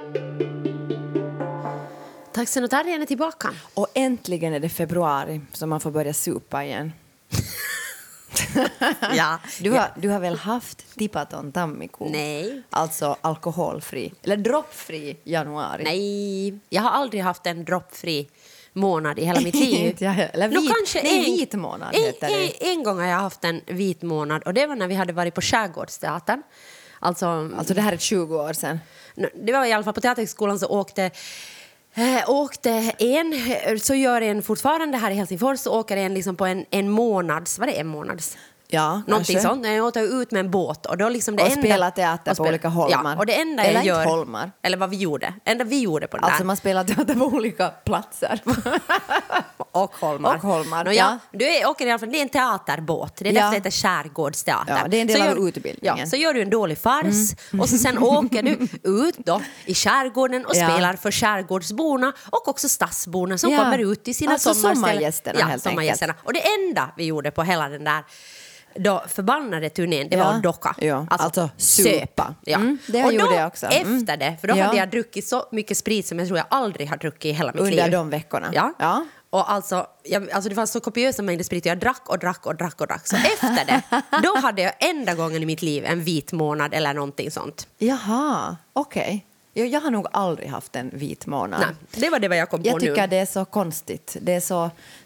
Taxenotarien är tillbaka. Och äntligen är det februari så man får börja supa igen. Ja. Du har väl haft Tipaton Tammikuun? Nej. Alltså alkoholfri, eller droppfri januari? Nej, jag har aldrig haft en droppfri månad i hela mitt liv. Inte jag heller. Eller vit månad heter det. En gång har jag haft en vit månad och det var när vi hade varit på Skärgårdsteatern. Alltså det här är 20 år sedan. Det var i alla fall på Teaterhögskolan så åkte så gör en fortfarande här i Helsingfors så åker en liksom på en månads, var det en månads? Ja, någonting kanske. sånt. Jag åkte ut med en båt och då liksom det och enda spela teater på olika holmar. Ja, och det enda eller jag gör, inte holmar. eller vad vi gjorde. Enda vi gjorde på den alltså där. man spelar teater på olika platser. och holmar. Ja. Du åker i alla fall, det är en teaterbåt. Det är därför det heter Skärgårdsteater. Ja, det är en del av utbildningen. Ja, så gör du en dålig fars och så sen åker du ut då i skärgården och spelar för skärgårdsborna och också stadsborna som kommer ut i sina alltså sommargästerna. helt sommargästerna. Och det enda vi gjorde på hela den där då förbannade turnén, det var att docka. Ja, alltså supa. Ja. Det och gjorde jag också. Efter det, för då hade jag druckit så mycket sprit som jag tror jag aldrig har druckit i hela mitt liv. Under de veckorna. Ja. Och alltså det fanns så kopiösa mängder sprit och jag drack. Så efter det, då hade jag enda gången i mitt liv en vit månad eller någonting sånt. Jaha, okej. Jag har nog aldrig haft en vit månad. Nej, det var det vad jag kom på nu. Jag tycker det är så konstigt. Det är så...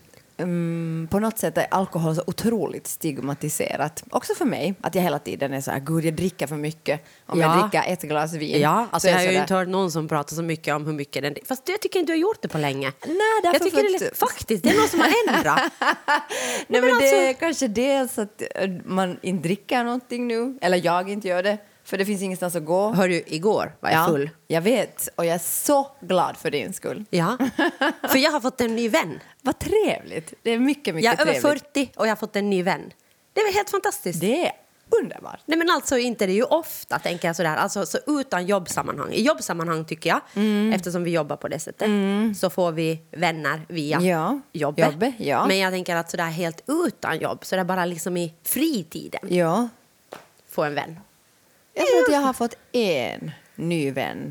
på något sätt är alkohol så otroligt stigmatiserat. Också för mig, att jag hela tiden är så här, gud jag dricker för mycket om jag dricker ett glas vin. Ja, alltså jag har ju inte hört någon som pratar så mycket om hur mycket den... Fast jag tycker inte du har gjort det på länge. Nej, jag tycker faktiskt, det är någon som har ändrat. Nej, men det är kanske dels att man inte dricker någonting nu, eller jag inte gör det. För det finns ingenstans att gå. Hör du, igår var jag full. Jag vet, och jag är så glad för din skull. Ja, för jag har fått en ny vän. Vad trevligt. Det är mycket trevligt. Jag är över 40 och jag har fått en ny vän. Det är helt fantastiskt. Det är underbart. Nej, men alltså inte det är ju ofta, tänker jag sådär. Alltså så utan jobbsammanhang. I jobbsammanhang tycker jag, eftersom vi jobbar på det sättet, så får vi vänner via jobbet. Ja. Men jag tänker att sådär helt utan jobb, så det är bara liksom i fritiden. Ja. Få en vän. Jag tror att jag har fått en ny vän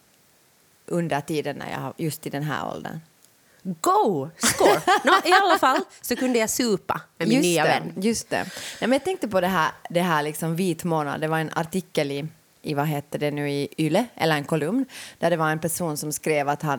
under tiden när jag har just i den här åldern. Go! Score! I alla fall så kunde jag supa med min nya vän. Just det. Nej, men jag tänkte på det här liksom vit månad. Det var en artikel i vad heter det nu, i Yle, eller en kolumn, där det var en person som skrev att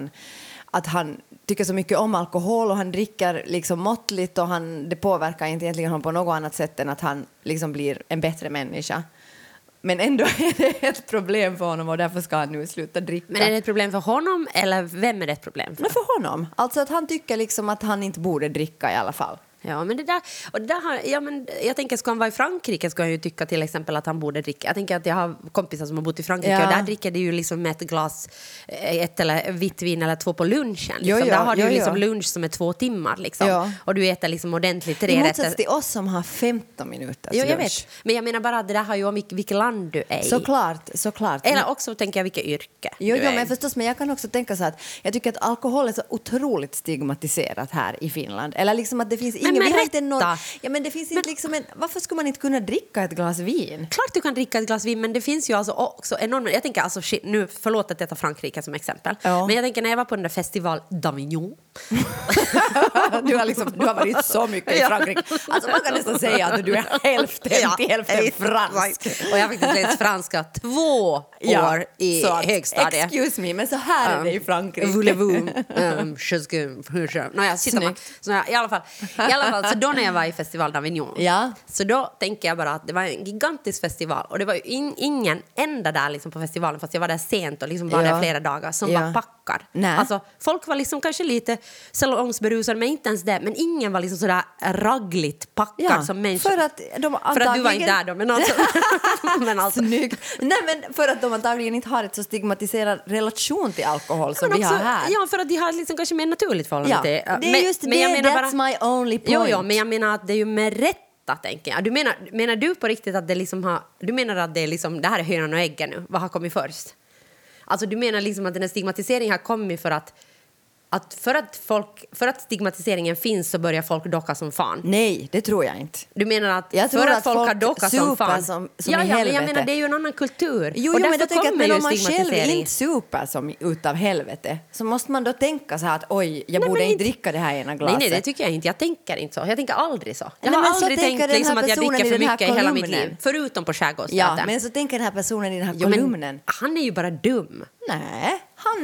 han tycker så mycket om alkohol och han dricker liksom måttligt och det påverkar inte egentligen honom på något annat sätt än att han liksom blir en bättre människa. Men ändå är det ett problem för honom och därför ska han nu sluta dricka. Men är det ett problem för honom eller vem är det ett problem för? Men för honom. Alltså att han tycker liksom att han inte borde dricka i alla fall. Ja, men det där har, men jag tänker, ska han vara i Frankrike ska han ju tycka till exempel att han borde dricka. Jag tänker att jag har kompisar som har bott i Frankrike och där dricker det ju liksom med ett glas, ett eller vitt vin eller två på lunchen. Liksom. Där har du liksom lunch som är 2 timmar liksom. Ja. Och du äter liksom ordentligt 3 rätter. I motsats till oss som har 15 minuter. Jo, jag vet. Men jag menar bara att det där har ju om vilket land du är i. Såklart. Eller också tänker jag vilket yrke du är. Men förstås, men jag kan också tänka så att jag tycker att alkohol är så otroligt stigmatiserat här i Finland. Eller liksom att det finns ingen... Men det finns inte liksom varför skulle man inte kunna dricka ett glas vin? Klart du kan dricka ett glas vin, men det finns ju alltså också enormt. Jag tänker alltså nu, förlåt att jag tar Frankrike som exempel. Ja. Men jag tänker när jag var på den där festival d'Avignon. du har varit så mycket i Frankrike. Alltså man kan nästan säga att du är hälften till hälften fransk. Och jag fick läst franska 2 år i högstadiet. Excuse me, men så här är det i Frankrike. Voulez-vous? I alla fall, så då när jag var i festival d'Avignon, så då tänker jag bara att det var en gigantisk festival och det var ju ingen enda där liksom på festivalen, fast jag var där sent och liksom var där flera dagar, som var packad. Alltså folk var liksom kanske lite salongsberusade, men inte ens det, men ingen var liksom sådär ragligt packad som människor. För att du var inte där då, men alltså, Snyggt. Nej, men för att de antagligen inte har ett så stigmatiserad relation till alkohol som vi har här. Ja, för att de har liksom kanske mer naturligt förhållande till. Det är just det, that's my only point. Jo, men jag menar att det är ju med rätta, tänker jag. Menar du på riktigt att det liksom har... Du menar att det är liksom... Det här är hönan och äggen nu. Vad har kommit först? Alltså du menar liksom att den här stigmatiseringen har kommit för att att för att stigmatiseringen finns så börjar folk docka som fan. Nej, det tror jag inte. Du menar att för att folk har dockat som fan? Som men jag menar, det är ju en annan kultur. Jo, och men jag tänker att om man själv inte super som utav helvete så måste man då tänka så här att oj, jag borde inte dricka det här ena glaset. Nej, det tycker jag inte. Jag tänker inte så. Jag tänker aldrig så. Jag har aldrig tänkt liksom att jag dricker för mycket i hela mitt liv. Förutom på Skärgårdsteatern. Ja, men så tänker den här personen i den här kolumnen. Men han är ju bara dum. Nej,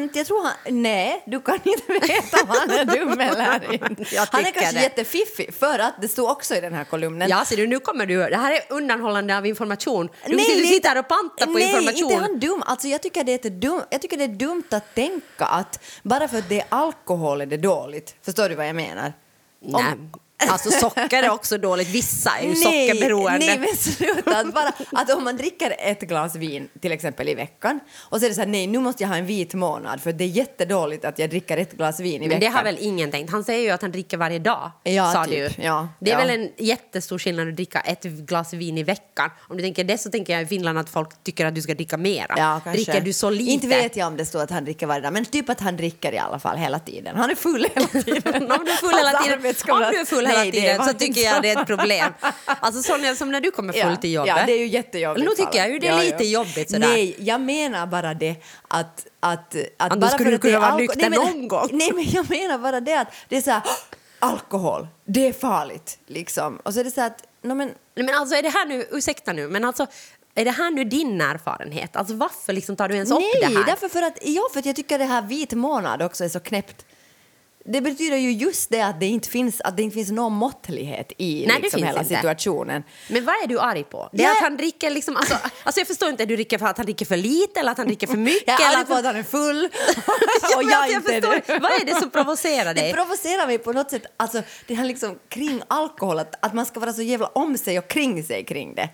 nej, du kan inte veta om han är dum eller inte. Han är kanske jättefiffig för att det står också i den här kolumnen. Ja, ser du, nu kommer du. Det här är undanhållande av information. Du sitter här och pantar på information. Nej, inte han dum. Alltså, jag tycker det är dumt att tänka att bara för att det är alkohol är det dåligt. Förstår du vad jag menar? Nej. Alltså socker är också dåligt. Vissa är ju sockerberoende. Nej, men sluta. Att om man dricker ett glas vin till exempel i veckan och så är det så här, nej, nu måste jag ha en vit månad för det är jättedåligt att jag dricker ett glas vin i veckan. Men det har väl ingen tänkt. Han säger ju att han dricker varje dag. Ja, sa typ. Du. Ja, det är väl en jättestor skillnad att dricka ett glas vin i veckan. Om du tänker det så tänker jag i Finland att folk tycker att du ska dricka mera. Ja, dricker du så lite? Inte vet jag om det står att han dricker varje dag, men typ att han dricker i alla fall hela tiden. Han är full hela tiden. Om du är full hela tiden, hela tiden så tycker jag det är ett problem. Alltså som när du kommer full till jobbet. Ja, det är ju jättejobbigt. Nu tycker jag ju det är lite jobbigt sådär. Nej, jag menar bara det att då bara skulle för du kunna vara nykter någon gång. Nej, men jag menar bara det att det är så här, alkohol, det är farligt liksom. Och så är det så här att men alltså är det här nu, ursäkta nu, men alltså är det här nu din erfarenhet? Alltså varför liksom tar du ens upp det här? Nej, därför för att jag tycker det här vit månad också är så knäppt. Det betyder ju just det att det inte finns någon måttlighet i liksom hela situationen. Men vad är du arg på? Det är att han dricker liksom, alltså jag förstår inte, är du dricker för att han dricker för lite eller att han dricker för mycket? Jag är eller arg på att han är full. Och jag förstår, vad är det som provocerar dig? Det provocerar mig på något sätt, alltså det här liksom kring alkohol, att man ska vara så jävla om sig och kring sig kring det.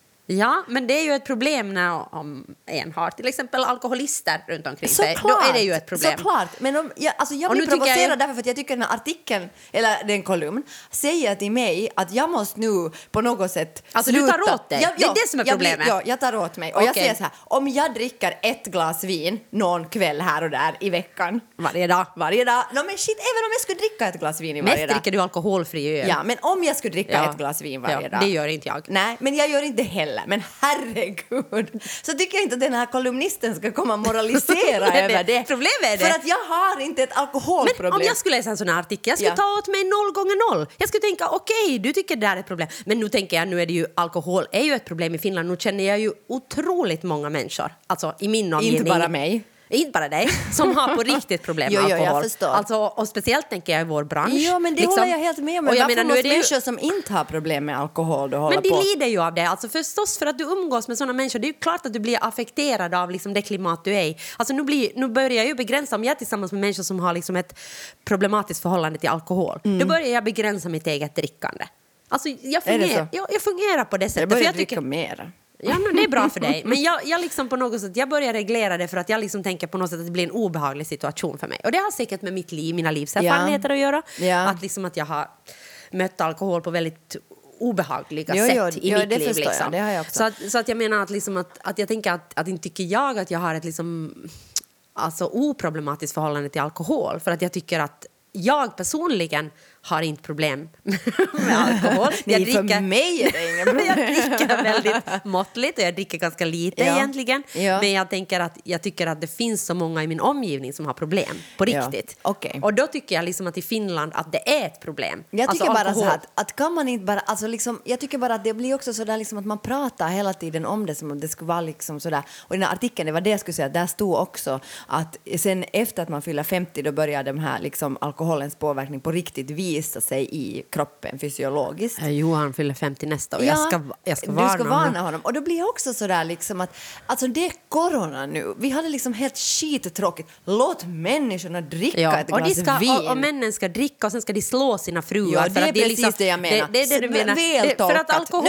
Ja, men det är ju ett problem när om en har till exempel alkoholister runt omkring sig. Klart, då är det ju ett problem. Såklart, men jag blir provocerad därför att jag tycker den här artikeln, eller den kolumn, säger till mig att jag måste nu på något sätt alltså sluta. Du tar åt dig, det är det som är problemet. Jag tar åt mig och jag säger så här, om jag dricker ett glas vin någon kväll här och där i veckan. Varje dag. No, men shit, även om jag skulle dricka ett glas vin i varje dag. Mest dricker du alkoholfri öl. Ja, men om jag skulle dricka ett glas vin varje dag. Det gör inte jag. Nej, men jag gör inte heller. Men herregud, så tycker jag inte att den här kolumnisten ska komma och moralisera över det. Problemet är det. För att jag har inte ett alkoholproblem. Men om jag skulle läsa en sån här artikel, jag skulle ta åt mig 0 gånger 0. Jag skulle tänka, okej, du tycker det här är ett problem. Men nu tänker jag, nu är det ju, alkohol är ju ett problem i Finland. Nu känner jag ju otroligt många människor. Alltså i min omgivning. Inte bara mig. Inte bara dig, som har på riktigt problem med alkohol. Jag förstår. Alltså, och speciellt tänker jag i vår bransch. Ja, men det liksom. håller jag helt med om. Men jag varför menar, måste människor som inte har problem med alkohol då hålla på? Men de lider ju av det. Alltså förstås för att du umgås med sådana människor. Det är ju klart att du blir affekterad av liksom det klimat du är i. Alltså nu börjar jag ju begränsa. Om jag är tillsammans med människor som har liksom ett problematiskt förhållande till alkohol. Då börjar jag begränsa mitt eget drickande. Alltså jag fungerar på det sättet. Jag börjar dricka mer. Ja, men det är bra för dig. Men jag liksom på något sätt, jag börjar reglera det för att jag liksom tänker på något sätt att det blir en obehaglig situation för mig. Och det har säkert med mitt liv, mina livserfarenheter att göra. Ja. Att liksom att jag har mött alkohol på väldigt obehagliga sätt i mitt liv. Liksom. Det har jag också. Så att jag menar att, liksom att jag tänker att inte tycker jag att jag har ett liksom, alltså oproblematiskt förhållande till alkohol. För att jag tycker att jag personligen har inte problem med alkohol. För mig är det inga problem. Jag dricker väldigt måttligt och jag dricker ganska lite egentligen. Ja. Men jag tycker att det finns så många i min omgivning som har problem på riktigt. Ja. Okay. Och då tycker jag liksom att i Finland att det är ett problem. Jag tycker alltså, bara så här att kan man inte bara, alltså liksom, jag tycker bara att det blir också så där liksom att man pratar hela tiden om det som om det skulle vara liksom så där. Och i den här artikeln, det var det jag skulle säga, där stod också att sen efter att man fyller 50 då börjar de här liksom alkoholens påverkning på riktigt visa sig i kroppen fysiologiskt. Johan fyller 50 nästa och jag ska varna honom. Och då blir jag också så där liksom att alltså det är corona nu. Vi hade liksom helt skittråkigt. Låt människorna dricka ett glas vin. Och männen ska dricka och sen ska de slå sina fruar. Ja, det är precis liksom, det jag menar. Det är det du menar. För att alkohol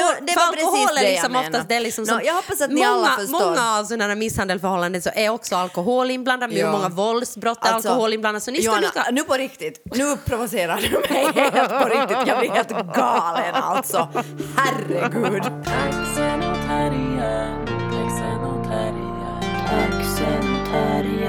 är liksom oftast det är liksom som jag hoppas att ni alla förstår. Många av sådana misshandelförhållanden så är också alkohol inblandad. Många våldsbrott är alkohol inblandad. Så ni Johanna, nu på riktigt. Nu provocerar du mig helt på riktigt. Jag blir helt galen alltså. Herregud. Axel och Terriern.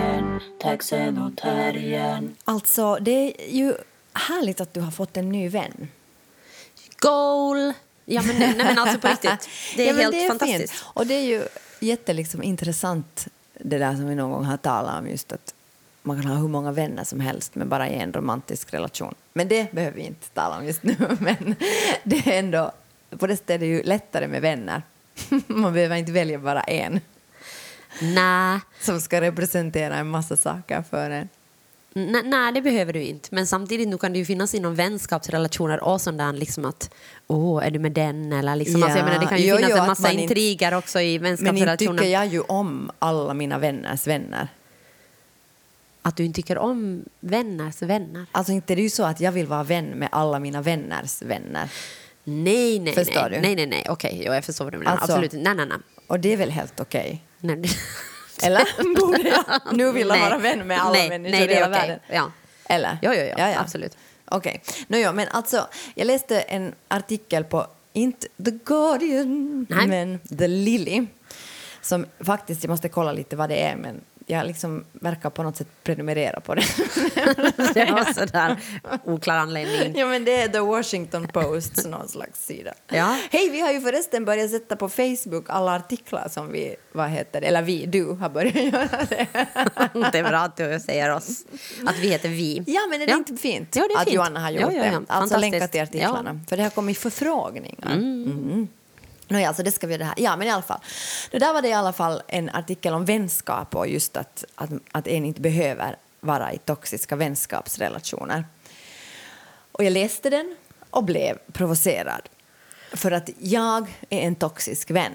taxen och terriern. Alltså, det är ju härligt att du har fått en ny vän. Goal! Ja, men alltså på riktigt. Det är helt det är fantastiskt. Fint. Och det är ju intressant det där som vi någon gång har talat om, just att man kan ha hur många vänner som helst men bara i en romantisk relation. Men det behöver vi inte tala om just nu. Men det är ändå, på det stället är det ju lättare med vänner. Man behöver inte välja bara en. Nej. Som ska representera en massa saker för en. Nej, det behöver du inte. Men samtidigt nu kan det ju finnas inom vänskapsrelationer och sånt där liksom att är du med den eller liksom. Ja. Alltså, jag menar, det kan ju finnas en massa inte, intriger också i vänskapsrelationer. Men inte tycker jag ju om alla mina vänners vänner. Att du inte tycker om vänners vänner? Alltså inte det är ju så att jag vill vara vän med alla mina vänners vänner. Nej. Förstår du? Nej. Okej, jag förstår vad du menar. Alltså, absolut. Nej. Och det är väl helt okej? Nej. Eller borde jag nu vilja vara vän med alla människor i hela världen? Ja. Eller? Ja, absolut. Okej. Men alltså, jag läste en artikel på, inte The Guardian, men The Lily. Som faktiskt, jag måste kolla lite vad det är, men jag liksom verkar på något sätt prenumerera på det. Det var sådär oklar anledning. Ja, men det är The Washington Post, någon slags sida. Ja. Hej, vi har ju förresten börjat sätta på Facebook alla artiklar som vi, du har börjat göra det. Det är bra att du säger oss att vi heter vi. Ja, men det är inte fint ja, det är att fint. Joanna har gjort det. Alltså länka till artiklarna. Ja. För det har kommit förfrågningar. Nåja, alltså det ska vi det här. Ja, men i alla fall. Det där var det i alla fall en artikel om vänskap och just att en inte behöver vara i toxiska vänskapsrelationer. Och jag läste den och blev provocerad. För att jag är en toxisk vän.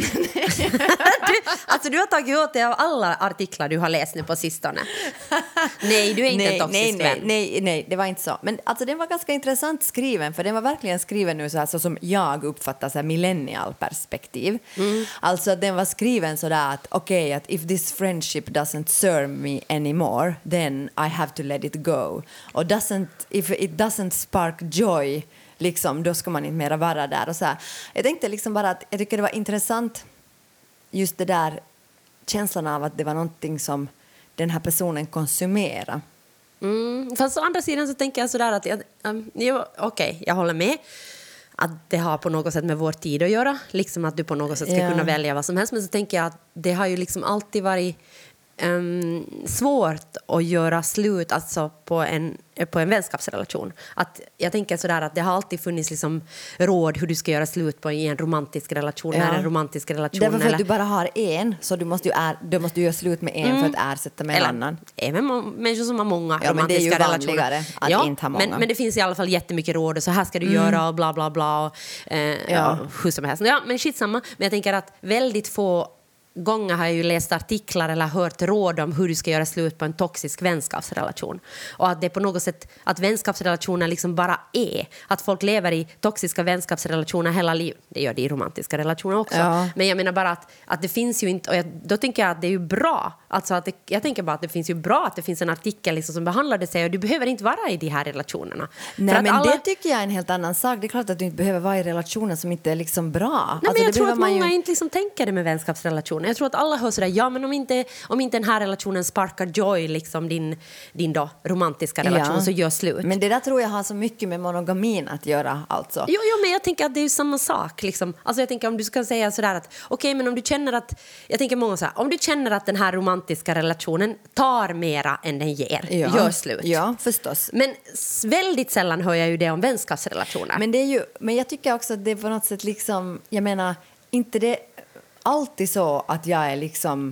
Du har tagit åt dig av alla artiklar du har läst nu på sistone. Nej, du är inte en toxisk vän. Nej, det var inte så. Men alltså, den var ganska intressant skriven. För den var verkligen skriven nu så som jag uppfattar så här millennial-perspektiv. Alltså den var skriven så där att att if this friendship doesn't serve me anymore, then I have to let it go. Och if it doesn't spark joy, liksom, då ska man inte mera vara där. Och så här. Jag tänkte liksom bara att jag tycker det var intressant just det där känslan av att det var någonting som den här personen konsumerar. Fast å andra sidan så tänker jag sådär att jag håller med att det har på något sätt med vår tid att göra. Liksom att du på något sätt ska kunna välja vad som helst. Men så tänker jag att det har ju liksom alltid varit svårt att göra slut alltså på en vänskapsrelation. Att jag tänker sådär att det har alltid funnits liksom råd hur du ska göra slut på i en romantisk relation. När en romantisk relation. Därför för att du bara har en, så du måste göra slut med en för att ersätta med en annan. Även människor som har många romantiska men det är ju relationer. Vanligare att inte ha många. Men det finns i alla fall jättemycket råd och så här ska du göra och bla bla bla och, hur som helst. Ja, men skitsamma. Men jag tänker att väldigt få gånger har jag ju läst artiklar eller hört råd om hur du ska göra slut på en toxisk vänskapsrelation. Och att det är på något sätt att vänskapsrelationer liksom bara är. Att folk lever i toxiska vänskapsrelationer hela livet. Det gör det i romantiska relationer också. Ja. Men jag menar bara att det finns ju inte... Och då tänker jag att det är ju bra. Alltså jag tänker bara att det finns ju bra att det finns en artikel liksom som behandlar det sig. Och du behöver inte vara i de här relationerna. Nej, men det tycker jag är en helt annan sak. Det är klart att du inte behöver vara i relationer som inte är liksom bra. Nej, alltså, men jag tror att många inte liksom tänker det med vänskapsrelationer. Jag tror att alla hör sådär, ja men om inte den här relationen sparkar joy, liksom din då romantiska relation, så gör slut. Men det där tror jag har så mycket med monogamin att göra alltså. Jo, men jag tänker att det är ju samma sak liksom. Alltså jag tänker om du ska säga sådär att okej, men om du känner att, jag tänker många så här, om du känner att den här romantiska relationen tar mera än den ger, gör slut. Ja, förstås. Men väldigt sällan hör jag ju det om vänskapsrelationer. Men det är ju, men jag tycker också att det är på något sätt liksom, jag menar, inte det alltid så att jag är liksom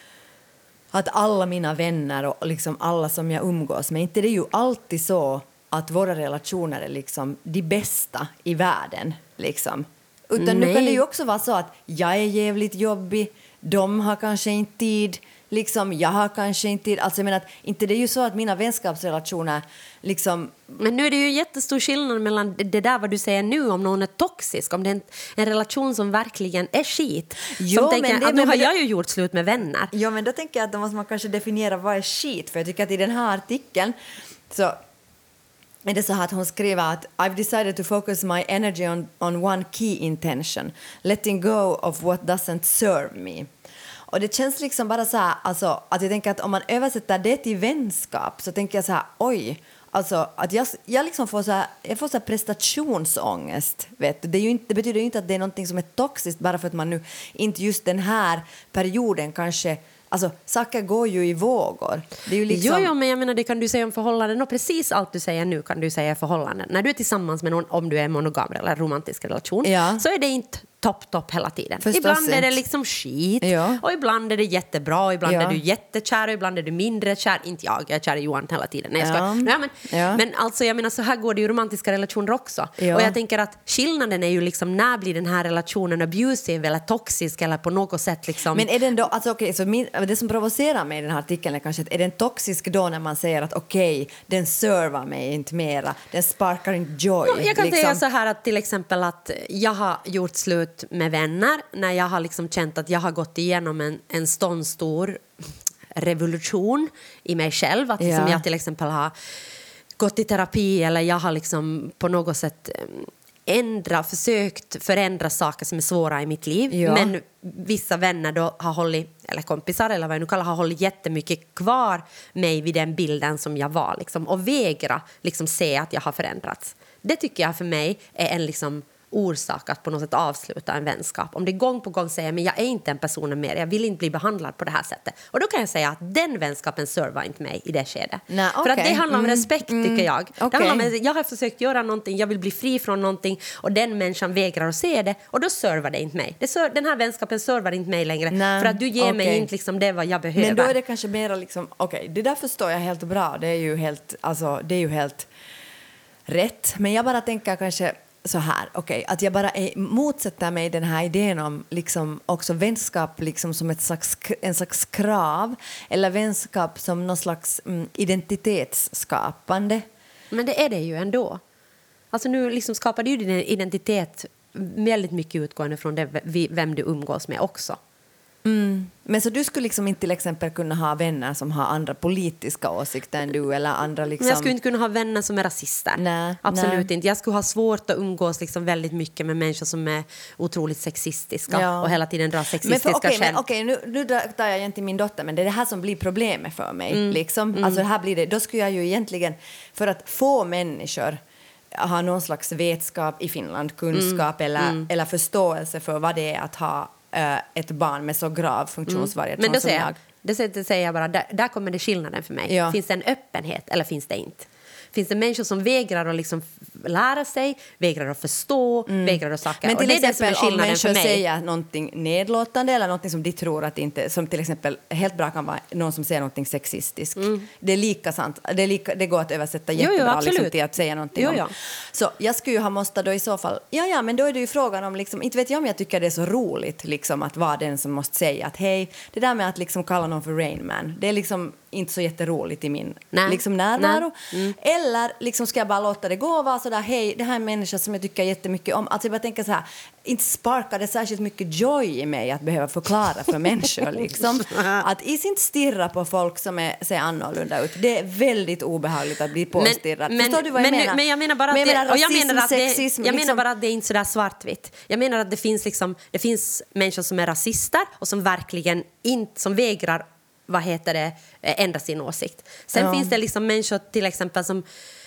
att alla mina vänner och liksom alla som jag umgås med, inte det är ju alltid så att våra relationer är liksom de bästa i världen liksom. Utan nu kan det ju också vara så att jag är jävligt jobbig, de har kanske inte tid, liksom, jag har kanske inte tid. Alltså jag menar att inte det är ju så att mina vänskapsrelationer liksom... Men nu är det ju jättestor skillnad mellan det där vad du säger nu om någon är toxisk, om det är en relation som verkligen är skit. Jo, som tänker men det, att nu har jag ju gjort slut med vänner. Ja, men då tänker jag att då måste man kanske definiera vad är skit. För jag tycker att i den här artikeln så är det så här att hon skriver att I've decided to focus my energy on one key intention, letting go of what doesn't serve me. Och det känns liksom bara så här, alltså, att jag tänker att om man översätter det till vänskap så tänker jag så här, oj, alltså att jag liksom får så här prestationsångest, vet du. Det betyder ju inte att det är någonting som är toxiskt bara för att man nu inte just den här perioden kanske. Alltså, saker går ju i vågor. Det är ju liksom... Jo, men jag menar, det kan du säga om förhållanden. Och precis allt du säger nu kan du säga i förhållanden. När du är tillsammans med någon, om du är monogam eller romantisk relation, så är det inte topp hela tiden. Förstås ibland är det liksom skit. Ja. Och ibland är det jättebra. Och ibland är du jättekär och ibland är du mindre kär. Inte jag är kär i Johan hela tiden. Nej, jag ska. Men alltså, jag menar, så här går det i romantiska relationer också. Ja. Och jag tänker att skillnaden är ju liksom, när blir den här relationen abusive eller toxisk eller på något sätt liksom... Men är den då, alltså okej, så det som provocerar mig i den här artikeln är kanske att är den toxisk då när man säger att okej, den servar mig inte mera, den sparkar inte joy. Jag kan säga så här att till exempel att jag har gjort slut med vänner när jag har liksom känt att jag har gått igenom en stor revolution i mig själv, att liksom jag till exempel har gått i terapi eller jag har liksom på något sätt försökt förändra saker som är svåra i mitt liv, men vissa vänner då har hållit, eller kompisar eller vad jag nu kallar, har hållit jättemycket kvar mig vid den bilden som jag var liksom, och vägra liksom se att jag har förändrats. Det tycker jag för mig är en liksom orsak att på något sätt avsluta en vänskap. Om det gång på gång säger men jag är inte en person mer, jag vill inte bli behandlad på det här sättet. Och då kan jag säga att den vänskapen servar inte mig i det skedet. Nej, okay. För att det handlar om respekt tycker jag. Okay. Det handlar om, jag har försökt göra någonting, jag vill bli fri från någonting och den människan vägrar att se det och då servar det inte mig. Den här vänskapen servar inte mig längre. Nej, för att du ger mig inte liksom det vad jag behöver. Men då är det kanske mer liksom, det där förstår jag helt bra. Det är ju helt rätt. Men jag bara tänker kanske så här, att jag bara motsätter mig den här idén om liksom också vänskap liksom som en slags krav eller vänskap som någon slags identitetsskapande. Men det är det ju ändå. Alltså nu liksom skapar du din identitet väldigt mycket utgående från det, vem du umgås med också. Men så du skulle liksom inte till exempel kunna ha vänner som har andra politiska åsikter än du eller andra liksom... Men jag skulle inte kunna ha vänner som är rasister. Nej, absolut inte. Jag skulle ha svårt att umgås liksom väldigt mycket med människor som är otroligt sexistiska och hela tiden drar sexistiska skämt. Nu tar jag igen till min dotter, men det är det här som blir problemet för mig. Liksom. Alltså det här blir det. Då skulle jag ju egentligen, för att få människor ha någon slags vetskap i Finland, kunskap eller förståelse för vad det är att ha ett barn med så grav funktionsvariation som jag. Det säger jag bara, där kommer det skillnaden för mig. Ja. Finns det en öppenhet eller finns det inte? Finns det människor som vägrar att liksom lära sig, vägrar att förstå, vägrar att söka? Men till exempel om människor säger någonting nedlåtande eller någonting som de tror att inte, som till exempel helt bra kan vara någon som säger någonting sexistiskt. Det är lika sant. Det går att översätta jättebra liksom, till att säga någonting om. Så jag skulle ju ha måste då i så fall, men då är det ju frågan om, liksom, inte vet jag om jag tycker det är så roligt liksom, att vara den som måste säga att hej, det där med att liksom kalla någon för Rain Man, det är liksom inte så jätteroligt i min liksom närvaro. Eller liksom ska jag bara låta det gå och vara sådär, hej, det här är en människa som jag tycker jättemycket om. Alltså jag bara tänker så här, inte sparkar det särskilt mycket joy i mig att behöva förklara för människor liksom. Att inte stirra på folk som ser annorlunda ut. Det är väldigt obehagligt att bli påstirrad. Förstår du vad jag menar? Men jag menar bara att det är inte så där svartvitt. Jag menar att det finns människor som är rasister och som verkligen inte, som vägrar ändra sin åsikt. Sen finns det liksom människor till exempel som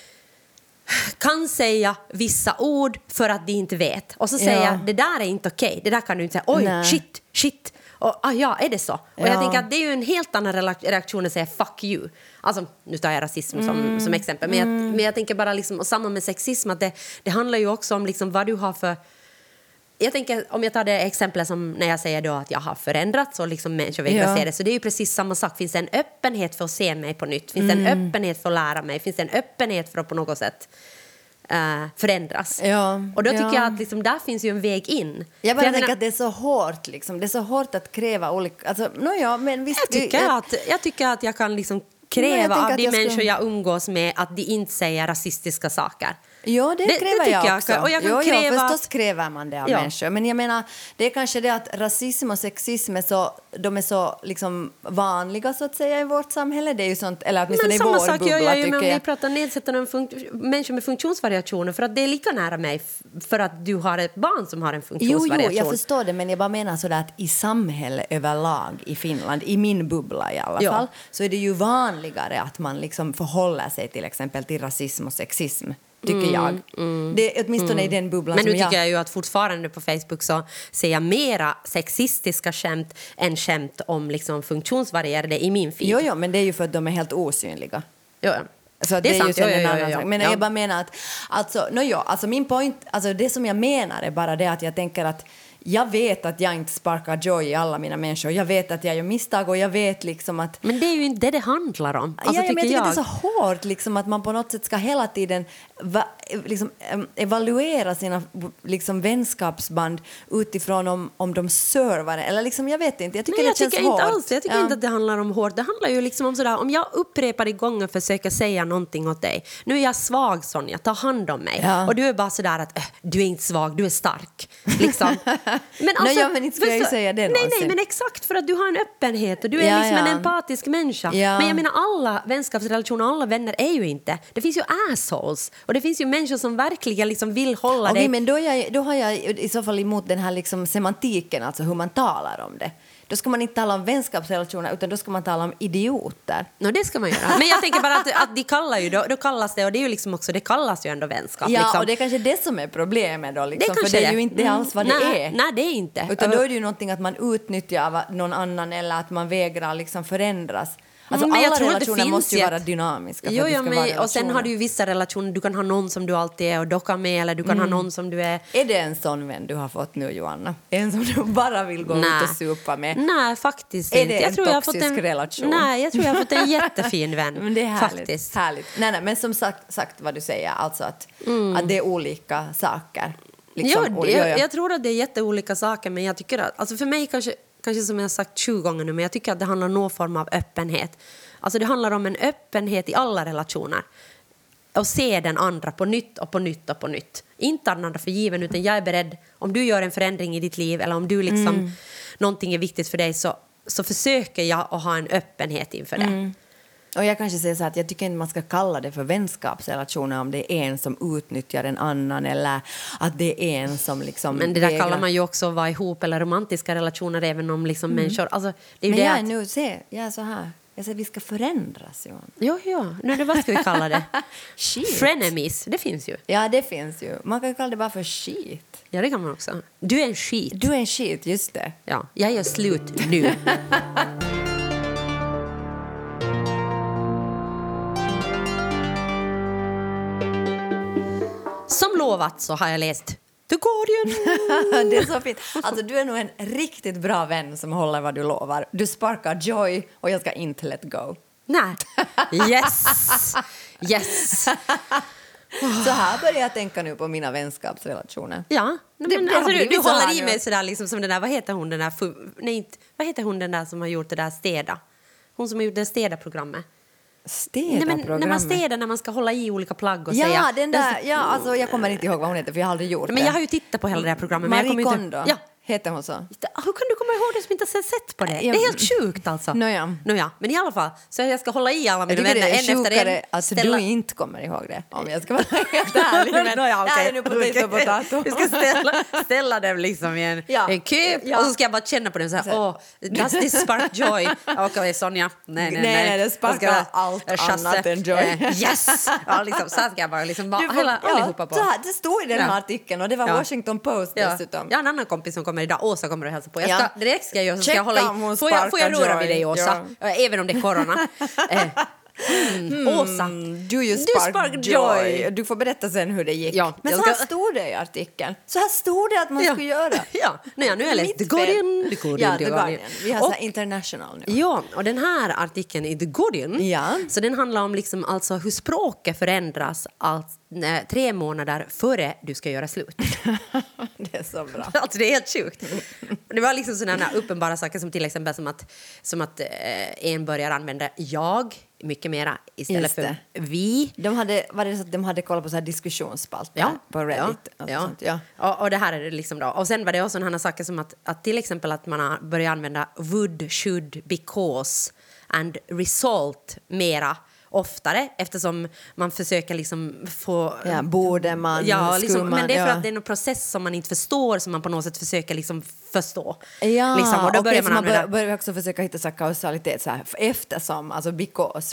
kan säga vissa ord för att de inte vet. Och så säger det där är inte okej. Det där kan du inte säga. Oj, shit. Och är det så? Och jag tänker att det är ju en helt annan reaktion att säga fuck you. Alltså, nu tar jag rasism som exempel. Men jag tänker bara liksom, och samma med sexism, att det handlar ju också om liksom vad du har för... Jag tänker, om jag tar det exemplet som när jag säger då att jag har förändrats och liksom människor vägrar se det, så det är ju precis samma sak. Finns det en öppenhet för att se mig på nytt? Finns det en öppenhet för att lära mig? Finns det en öppenhet för att på något sätt förändras? Och då tycker jag att liksom, där finns ju en väg in. Jag bara tänker att det är så hårt liksom. Det är så hårt att kräva olika... Alltså, men visst, jag tycker att jag kan liksom kräva av de människor jag umgås med att de inte säger rasistiska saker. Jo, det kräver jag också. Och jag kan kräva... förstås kräver man det av människor. Men jag menar, det är kanske det att rasism och sexism de är så liksom vanliga så att säga i vårt samhälle. Det är ju sånt, eller åtminstone i vår bubbla, tycker jag. Men samma sak gör jag ju om vi pratar nedsättande människor med funktionsvariationer, för att det är lika nära mig för att du har ett barn som har en funktionsvariation. Jo, jag förstår det, men jag bara menar sådär att i samhälle överlag i Finland, i min bubbla i alla fall, så är det ju vanligare att man liksom förhåller sig till exempel till rasism och sexism, tycker jag. Det är åtminstone i den bubblan. Men nu tycker jag ju att fortfarande på Facebook så ser jag mera sexistiska skämt än skämt om liksom funktionsvarierade i min feed. Jo, men det är ju för att de är helt osynliga. Jo, så det är sant. Ju en annan sak. Men jag bara menar att alltså min point, alltså det som jag menar är bara det att jag tänker att jag vet att jag inte sparkar joy i alla mina människor. Jag vet att jag gör misstag och jag vet liksom att... Men det är ju inte det handlar om. Alltså, jag tycker det är så hårt liksom, att man på något sätt ska hela tiden liksom, evaluera sina liksom, vänskapsband utifrån om de servar. Eller liksom, jag vet inte. Jag tycker det känns hårt. Jag tycker inte att det handlar om hårt. Det handlar ju liksom om sådär, om jag upprepade gånger försöker säga någonting åt dig. Nu är jag svag, Sonja. Ta hand om mig. Ja. Och du är bara sådär att du är inte svag, du är stark. Liksom. Men alltså, men inte ska jag säga det nej, men exakt, för att du har en öppenhet och du är liksom en empatisk människa. Men jag menar, alla vänskapsrelationer, alla vänner är ju inte. Det finns ju assholes och det finns ju människor som verkligen liksom vill hålla dig. Men då har jag i så fall emot den här liksom semantiken, alltså hur man talar om det. Då ska man inte tala om vänskapsrelationer, utan då ska man tala om idioter. Det ska man göra. Men jag tänker bara att de kallar ju, då kallas det, och det är ju liksom också, det kallas ju ändå vänskap. Ja, liksom. Och det är kanske det som är problemet då. Liksom, det för det är ju inte alls vad det är. Nej, det är inte. Utan då är det ju någonting att man utnyttjar någon annan eller att man vägrar liksom förändras. Alltså men alla relationer måste ju vara dynamiska. Och sen har du ju vissa relationer. Du kan ha någon som du alltid är och docka med, eller du kan ha någon som du är... Är det en sån vän du har fått nu, Joanna? En som du bara vill gå ut och supa med? Nej, faktiskt inte. Är det en toxisk relation? Nej, jag tror jag har fått en jättefin vän. Men det är härligt. Faktiskt. Härligt. Nej, men som sagt vad du säger, alltså att det är olika saker. Liksom, jag tror att det är jätteolika saker, men jag tycker att, alltså för mig kanske som jag har sagt 20 gånger nu, men jag tycker att det handlar om någon form av öppenhet. Alltså det handlar om en öppenhet i alla relationer. Och se den andra på nytt och på nytt och på nytt. Inte den andra för given, utan jag är beredd, om du gör en förändring i ditt liv eller om du liksom någonting är viktigt för dig, så försöker jag att ha en öppenhet inför det. Och jag kanske säger så att jag tycker inte man ska kalla det för vänskapsrelationer om det är en som utnyttjar en annan, eller att det är en som liksom... Men det där kallar man ju också att vara ihop, eller romantiska relationer, även om liksom människor... Alltså, det är ju men jag är så här. Jag säger vi ska förändras, Johan. Ja. Nu, vad ska vi kalla det? Frenemies, det finns ju. Ja, det finns ju. Man kan kalla det bara för skit. Ja, det kan man också. Du är en skit. Du är en skit, just det. Ja, jag gör slut nu. Som lovat så har jag läst The Guardian. Det är så fint. Alltså, du är nog en riktigt bra vän som håller vad du lovar. Du sparkar joy och jag ska inte let go. Nej. Yes. Så här börjar jag tänka nu på mina vänskapsrelationer. Ja, men alltså, du håller i mig sådär liksom som den där, vad heter hon den där som har gjort det där städa? Hon som har gjort det städa-programmet. När man städar, när man ska hålla i olika plagg och säga... Den där, alltså, jag kommer inte ihåg vad hon heter, för jag har aldrig gjort det. Men jag har ju tittat på hela det här programmet. Marie Kondo. Ja. Heter hon så? Hur kan du komma ihåg det som inte har sett på det? Det är helt sjukt alltså. Nåja. Men i alla fall, så jag ska hålla i alla mina vänner en efter en. Alltså, du inte kommer ihåg det, om jag ska vara helt ärlig. Men vi ska ställa dem liksom i en köp, och så ska jag bara känna på den så här, does this spark joy? Okej, Sonja. Nej, det sparkar allt annat än joy. Yes! Ja, liksom, så ska jag bara liksom allihopa på. Det stod i den här artikeln, och det var Washington Post dessutom. Jag har en annan kompis som kommer idag. Åsa kommer att hälsa på. Direkt ska jag göra, så ska jag hålla i. Får jag röra vid dig, Åsa? Även om det är corona. Åsa, do you spark joy? Du får berätta sen hur det gick. Ja, men så här stod det i artikeln. Så här stod det att man skulle göra. Nu har jag läst The Guardian. The Guardian. Vi har så här international nu. Ja, och den här artikeln i The Guardian, så den handlar om liksom alltså hur språket förändras 3 månader före du ska göra slut. Det är så bra. Alltså det är helt sjukt. Det var liksom sådana uppenbara saker som till exempel som att en börjar använda jag mycket mera istället för vi. De hade kollat på så här diskussionsspalter på Reddit. Och det här är det liksom då. Och sen var det också sådana saker som att till exempel att man har börjat använda would, should, because and result mera oftare, eftersom man försöker liksom få... Ja, borde man, liksom, men det är för att det är en process som man inte förstår, som man på något sätt försöker liksom förstå. Ja, liksom, och då börjar man använda... börjar också försöka hitta så här kausalitet så här, eftersom, alltså because.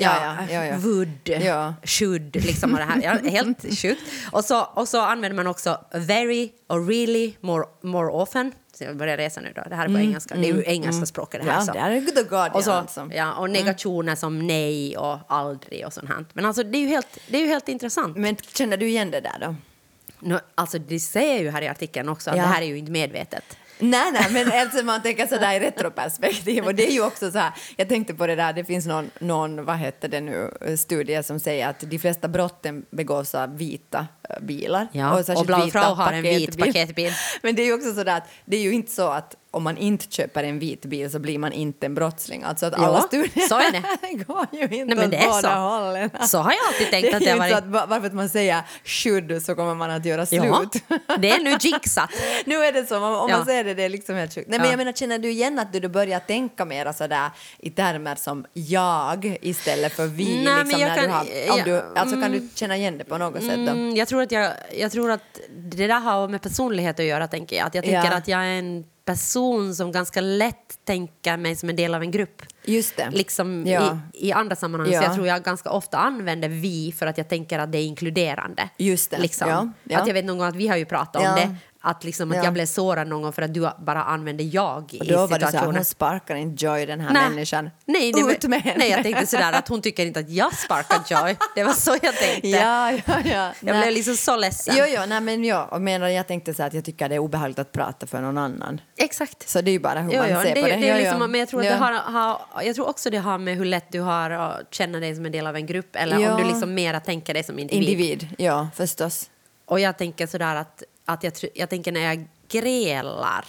Would, should, liksom, och det här. Helt sjukt. Och så använder man också very och really more often. Så jag börjar resa nu då. Det här är på engelska. Det är ju engelska språket det här. Ja, det är The Guardian. Och, så, alltså. och negationer som nej och aldrig och sånt här. Men alltså det är ju helt intressant. Men känner du igen det där då? No, alltså det säger ju här i artikeln också att det här är ju inte medvetet. Nej, men alltså man tänker så där i retroperspektiv, och det är ju också så här, jag tänkte på det där, det finns någon vad heter det nu, studie som säger att de flesta brotten begås av vita bilar. Ja, och Blau Frau har en vit paketbil. Men det är ju också så där att det är ju inte så att om man inte köper en vit bil så blir man inte en brottsling. Alltså att alla studier så är det. går ju inte. Nej, men det är båda hållen. Så har jag alltid tänkt att det det är var... inte så att varför att man säger should så kommer man att göra slut. Ja, det är nu jinxat. Nu är det så, om man säger det är liksom helt sjukt. Nej, men jag menar, känner du igen att du börjar tänka mer sådär i termer som jag istället för vi? Nej, liksom, alltså kan du känna igen det på något sätt då? Jag tror att det där har med personlighet att göra, tänker jag. Att jag tänker att jag är en person som ganska lätt tänker mig som en del av en grupp. Just det. Liksom i andra sammanhang. Så jag tror jag ganska ofta använder vi för att jag tänker att det är inkluderande. Just det. Liksom. Att jag vet någon gång att vi har ju pratat om det. Att, liksom, att jag blev sårad någon gång för att du bara använde jag i situationen. Och då var det så här, hon sparkar inte Joy, den här människan. Nej, jag tänkte sådär att hon tycker inte att jag sparkar Joy. Det var så jag tänkte. Jag blev liksom så ledsen. Jag tänkte så här att jag tycker det är obehagligt att prata för någon annan. Exakt. Så det är ju bara hur man ser på det. Det är liksom, men jag tror att jag tror också det har med hur lätt du har att känna dig som en del av en grupp. Eller om du liksom mera tänker dig som individ. Ja, förstås. Och jag tänker sådär att jag tänker när jag grälar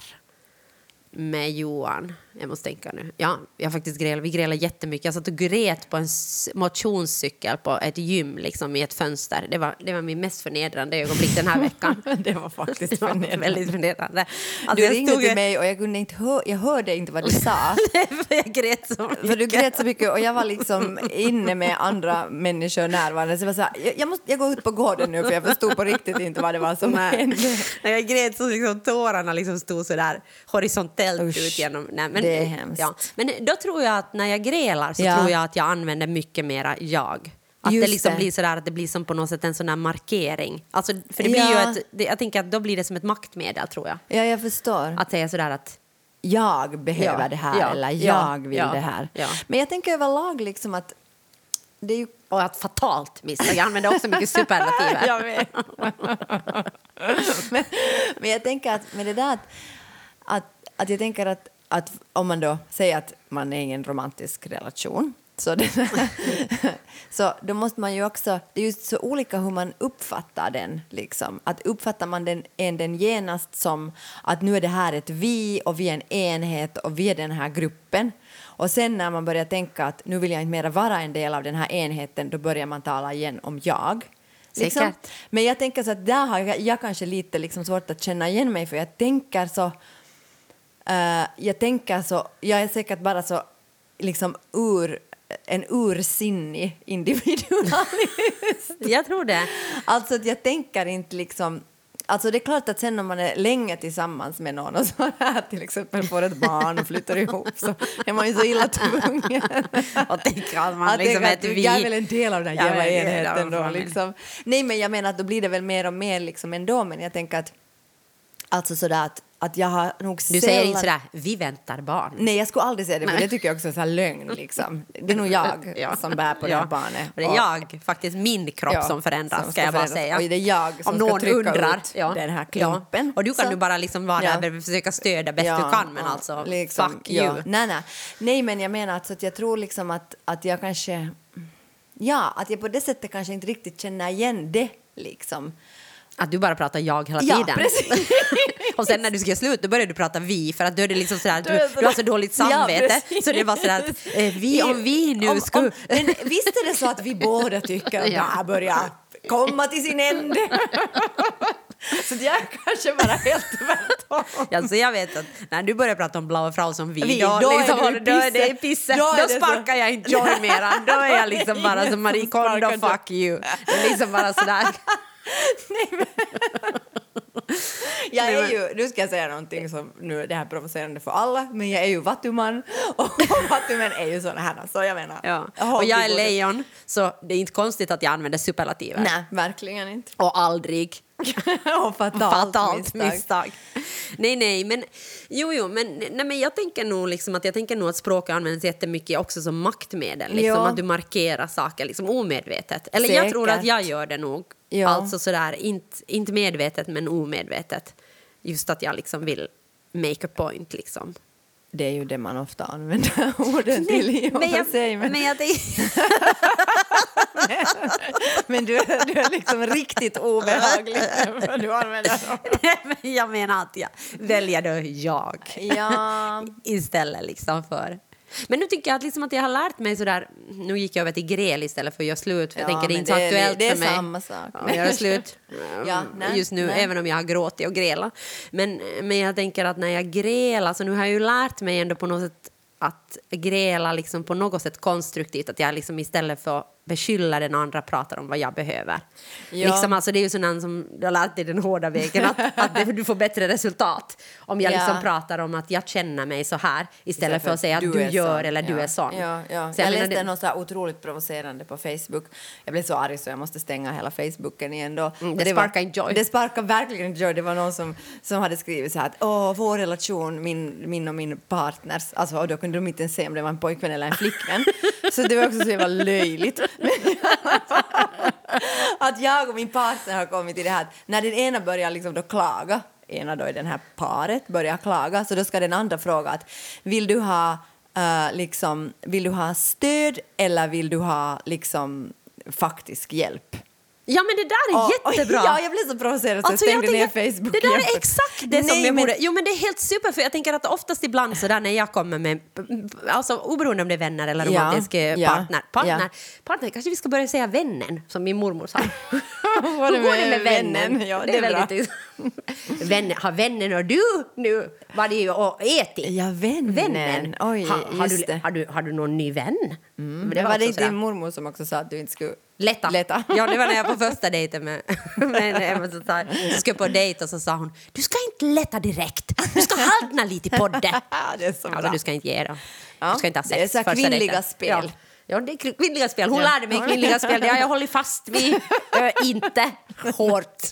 med Johan, jag måste tänka nu. Ja, vi grälar jättemycket. Jag satt och grät på en motionscykel på ett gym liksom, i ett fönster. Det var min mest förnedrande ögonblick den här veckan. Det var faktiskt förnedrande. Väldigt förnedrande. Alltså, du ringde till mig och jag hörde inte vad du sa. Jag grät så mycket. För du grät så mycket och jag var liksom inne med andra människor närvarande. Så jag var så här, jag går ut på gården nu för jag förstod på riktigt inte vad det var som hände. När jag grät så liksom, tårarna liksom stod så där horisontellt ut genom... Nej, det är hemskt. Ja. Men då tror jag att när jag grälar så tror jag att jag använder mycket mera jag. Att det liksom blir sådär, att det blir som på något sätt en sån där markering. Alltså, för det blir ju jag tänker att då blir det som ett maktmedel, tror jag. Ja, jag förstår. Att säga sådär att jag behöver det här eller jag vill det här. Ja. Men jag tänker överlag liksom att det är ju... Och att fatalt misstag. Jag använder också mycket superlativer. Jag vet. men jag tänker att med det där att jag tänker att om man då säger att man är i en romantisk relation så då måste man ju också, det är ju så olika hur man uppfattar den liksom. Att uppfattar man den genast som att nu är det här ett vi och vi är en enhet och vi är den här gruppen. Och sen när man börjar tänka att nu vill jag inte mer vara en del av den här enheten, då börjar man tala igen om jag. Liksom. Men jag tänker så att där har jag kanske lite liksom svårt att känna igen mig, för jag tänker så jag är säkert bara så liksom en ursinnig individualist. Jag tror det. Alltså att jag tänker inte liksom... Alltså det är klart att sen om man är länge tillsammans med någon och så här till exempel får ett barn och flyttar ihop, så är man ju så illa tvungen. Och tänker att man liksom att jag är väl en del av den jävla enheten då liksom. Nej, men jag menar att då blir det väl mer och mer liksom ändå, men jag tänker att alltså sådär att jag har nog Du säger inte sådär, vi väntar barn. Nej, jag skulle aldrig säga det, men det tycker jag också är så här lögn liksom. Det är nog jag som bär på det här barnet. Och det är jag, faktiskt min kropp som förändras, ska jag bara säga. Och det är jag som om ska trycka undrar, ut den här klumpen. Ja. Och du kan ju bara liksom vara där och försöka stödja bäst du kan, men alltså, liksom, fuck you. Nej, men jag menar att jag tror liksom att jag kanske... Ja, att jag på det sättet kanske inte riktigt känner igen det liksom. Att du bara pratar jag hela tiden. Ja, precis. Och sen när du ska sluta, då börjar du prata vi, för att då är det liksom sådär, du har så dåligt samvete. Ja, så det var sådär att om vi nu skulle... Men visst är det så att vi båda tycker att det här börjar komma till sin ände. Så det är kanske bara helt tvärtom. Ja, så jag vet att när du börjar prata om blåa frau som vi, då är det pisse. Då sparkar jag inte Joy mera. Då är jag liksom bara som Marie Kondo, fuck you. Det är liksom bara sådär. Nej, men... Jag är ju, nu ska jag säga någonting som nu det här är provocerande för alla, men jag är ju vattuman och vattumän är ju såna här, så jag menar. Ja. Och jag är lejon, så det är inte konstigt att jag använder superlativer. Nej, verkligen inte. Och aldrig. Och fatalt misstag. Nej, men men jag tänker nog liksom att språk används jättemycket också som maktmedel, liksom att du markerar saker liksom omedvetet. Eller säkert. Jag tror att jag gör det nog. Ja. Alltså sådär, inte medvetet men omedvetet. Just att jag liksom vill make a point liksom. Det är ju det man ofta använder orden till. Men du är liksom riktigt obehaglig när du använder dem. Jag menar att jag väljer då jag. Ja. Istället liksom för... Men nu tycker jag att, liksom att jag har lärt mig sådär... Nu gick jag över till grel istället för att göra slut. För jag tänker det är inte så aktuellt det är för mig. Samma sak. Ja, göra slut just nu, även om jag har gråtit och grela. Men jag tänker att när jag grelar, så nu har jag ju lärt mig ändå på något sätt att grela liksom på något sätt konstruktivt. Att jag liksom istället för beskylla den andra pratar om vad jag behöver. Ja. Liksom, alltså, det är ju sådant som du har lärt dig den hårda vägen. Att du får bättre resultat. Om jag liksom pratar om att jag känner mig så här. Istället för att säga att du gör eller du är sån. Ja. Jag läste något så här otroligt provocerande på Facebook. Jag blev så arg så jag måste stänga hela Facebooken igen då. Det sparkar inte joy. Det sparkar verkligen inte joy. Det var någon som hade skrivit så här att vår relation, min och min partners. Alltså, och då kunde de inte ens se om det var en pojkvän eller en flickvän. Så det var också så jävla löjligt. Att jag och min partner har kommit till det här att när den ena börjar liksom då klaga, ena då i den här paret börjar klaga, så då ska den andra fråga att vill du ha stöd eller vill du ha liksom faktisk hjälp? Ja, men det där är jättebra. Ja, jag blev så provocerad så jag stängde ner Facebook. Det där är exakt det som jag borde... Jo, men det är helt super, för jag tänker att oftast ibland så där när jag kommer med... Alltså oberoende om det är vänner eller romantisk partner. Kanske vi ska börja säga vännen, som min mormor sa. Hur går det med vännen? Ja, det är väldigt... Har vännen och du nu var det ju och ätit? Ja, vännen. Oj, har du någon ny vän? Men det var det inte din mormor som också sa att du inte skulle... Lätta. Ja, det var när jag på första dejten med Emma så ska på dejt och så sa hon, du ska inte lätta direkt. Du ska halvna lite på det. Det är så bra. Alltså, du ska inte ge det. Du ska inte ha sex. Det är så kvinnliga spel. Ja, det är kvinnliga spel. Hon lärde mig kvinnliga spel. Det har jag hållit fast vid. Inte hårt.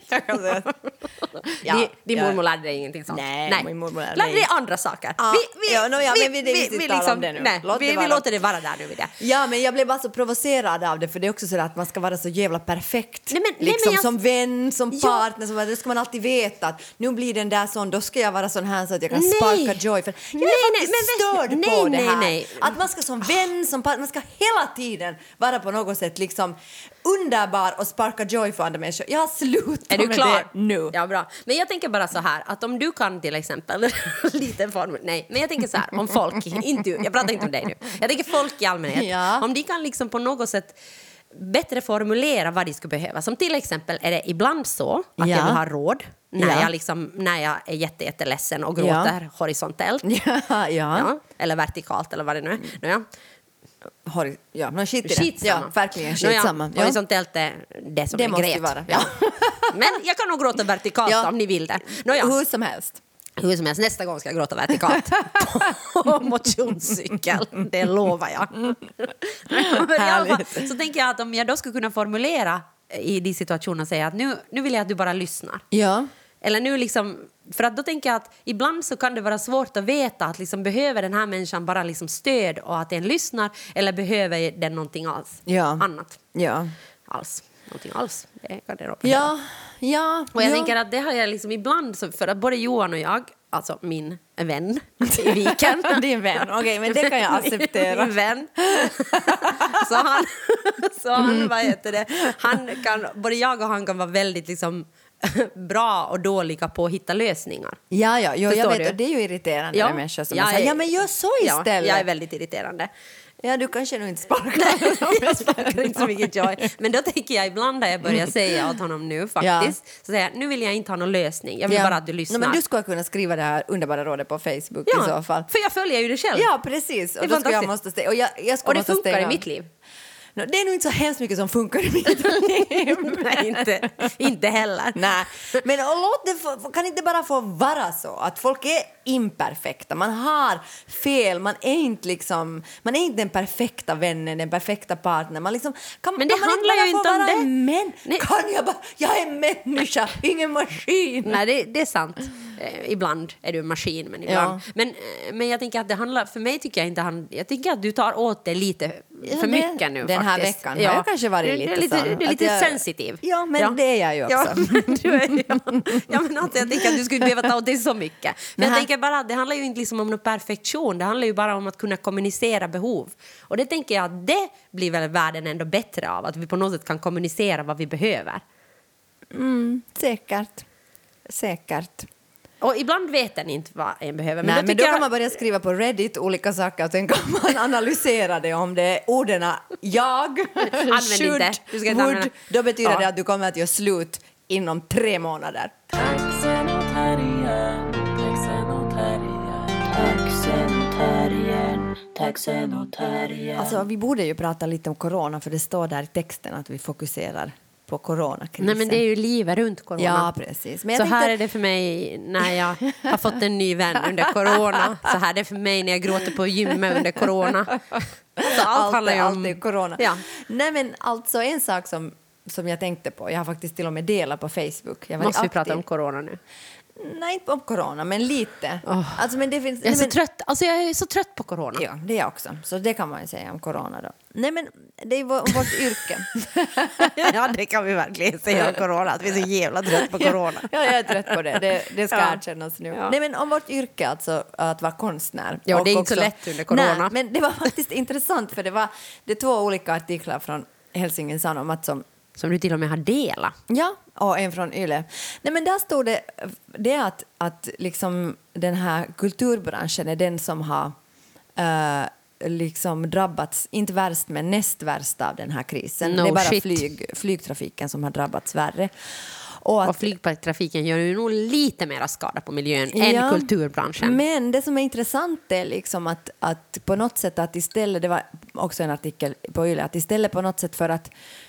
Din mormor lärde dig ingenting sånt. Nej. Min mormor lärde dig andra saker. Vi låter det vara där nu vid det. Ja, men jag blev bara så provocerad av det, för det är också så att man ska vara så jävla perfekt. Som vän, som partner, som, det ska man alltid veta att nu blir den där sån, då ska jag vara sån här så att jag kan sparka joy. För jag är faktiskt störd på det här. Att man ska som vän, som partner, man ska hela tiden vara på något sätt liksom underbar och sparka joy för andra människor. Jag har slutat med det nu. Ja, bra. Men jag tänker bara så här, att om du kan till exempel lite form, nej, men jag tänker så här, om folk, jag pratar inte om dig nu. Jag tänker folk i allmänhet. Om de kan liksom på något sätt bättre formulera vad de skulle behöva. Som till exempel är det ibland så att jag vill ha råd när jag är jätteledsen och gråter horisontellt. Eller vertikalt eller vad det nu är. Skitsamma. Verkligen skitsamma. Horisontellt är det som det är måste grät. Vara. Men jag kan nog gråta vertikalt om ni vill det. Hur som helst. Nästa gång ska jag gråta vertikalt på motionscykel. Det lovar jag. Så tänker jag att om jag då skulle kunna formulera i de situationerna och säga att nu vill jag att du bara lyssnar. Ja. Eller nu liksom, för att då tänker jag att ibland så kan det vara svårt att veta att liksom behöver den här människan bara liksom stöd och att den lyssnar, eller behöver den någonting annat. Ja. Någonting alls. Det kan det då behöva. Ja. Och jag tänker att det har jag liksom ibland, för att både Johan och jag, alltså min vän i Viken. Din vän, okej, men det kan jag acceptera. Min vän. Så han, vad heter det? Han kan, både jag och han kan vara väldigt liksom bra och dåliga på att hitta lösningar. Ja, jag Förstår vet. du? Och det är ju irriterande med människor som säger, ja men gör så istället. Jag är väldigt irriterande. Ja, du kanske nog inte sparkar. Jag sparkar inte så mycket joy. Men då tänker jag ibland när jag börjar säga åt honom nu faktiskt. Så säger jag, nu vill jag inte ha någon lösning. Jag vill bara att du lyssnar. Men du ska kunna skriva det här underbara rådet på Facebook i så fall. För jag följer ju det själv. Ja, precis. Och då ska jag måste stänga. Och det funkar i mitt liv. No, det är nog inte så hemskt mycket som funkar i mitt liv. Nej, inte heller. Nej. Men kan inte bara få vara så att folk är imperfekta. Man har fel. Man är inte den perfekta vännen, den perfekta partnern. Men det handlar ju inte om det. Men jag är människa, ingen maskin. Nej, det är sant. Ibland är du en maskin, men ibland. Ja. Men jag tänker att det handlar, för mig tycker jag inte jag tycker att du tar åt det lite för mycket nu den här faktiskt. veckan har jag kanske varit lite sån. Du är lite sensitiv. Ja, men det är jag ju också. Men alltså, jag tänker att du skulle behöva ta åt det så mycket. Men jag tänker bara att det handlar ju inte liksom om någon perfektion. Det handlar ju bara om att kunna kommunicera behov. Och det tänker jag att det blir väl världen ändå bättre av. Att vi på något sätt kan kommunicera vad vi behöver. Säkert. Och ibland vet en inte vad en behöver. Men då kan man börja skriva på Reddit olika saker och sen kan man analysera det om det är orden jag, should, would. Då betyder det att du kommer att göra slut inom 3 månader. Alltså, vi borde ju prata lite om corona, för det står där i texten att vi fokuserar på coronakrisen. Nej, men det är ju livet runt corona. Ja, precis. Men så här är det för mig när jag har fått en ny vän under corona. Så här är det för mig när jag gråter på gymmet under corona. Så allt handlar ju om... Allt är corona. Ja. Nej, men alltså en sak som jag tänkte på. Jag har faktiskt till och med delat på Facebook. Måste vi prata om corona nu? Nej, inte om corona, men lite. Alltså, men det finns, jag är så trött på corona. Ja, det är jag också. Så det kan man ju säga om corona då. Nej, men det är vårt yrke. Ja, det kan vi verkligen säga om corona. Att vi är så jävla trött på corona. Ja, jag är trött på det. Det ska erkännas nu. Ja. Nej, men om vårt yrke, alltså att vara konstnär. Ja, det är inte så lätt under corona. Nej, men det var faktiskt intressant, för det är 2 olika artiklar från Helsingin Sanomat som du till och med har delat. Ja, och en från Yle. Nej, men där stod det att liksom den här kulturbranschen är den som har liksom drabbats, inte värst men näst värst av den här krisen. Det är bara flygtrafiken som har drabbats värre. Och flygtrafiken gör ju nog lite mer skada på miljön än kulturbranschen. Men det som är intressant är liksom att på något sätt att istället, det var också en artikel på Yle, att istället på något sätt för att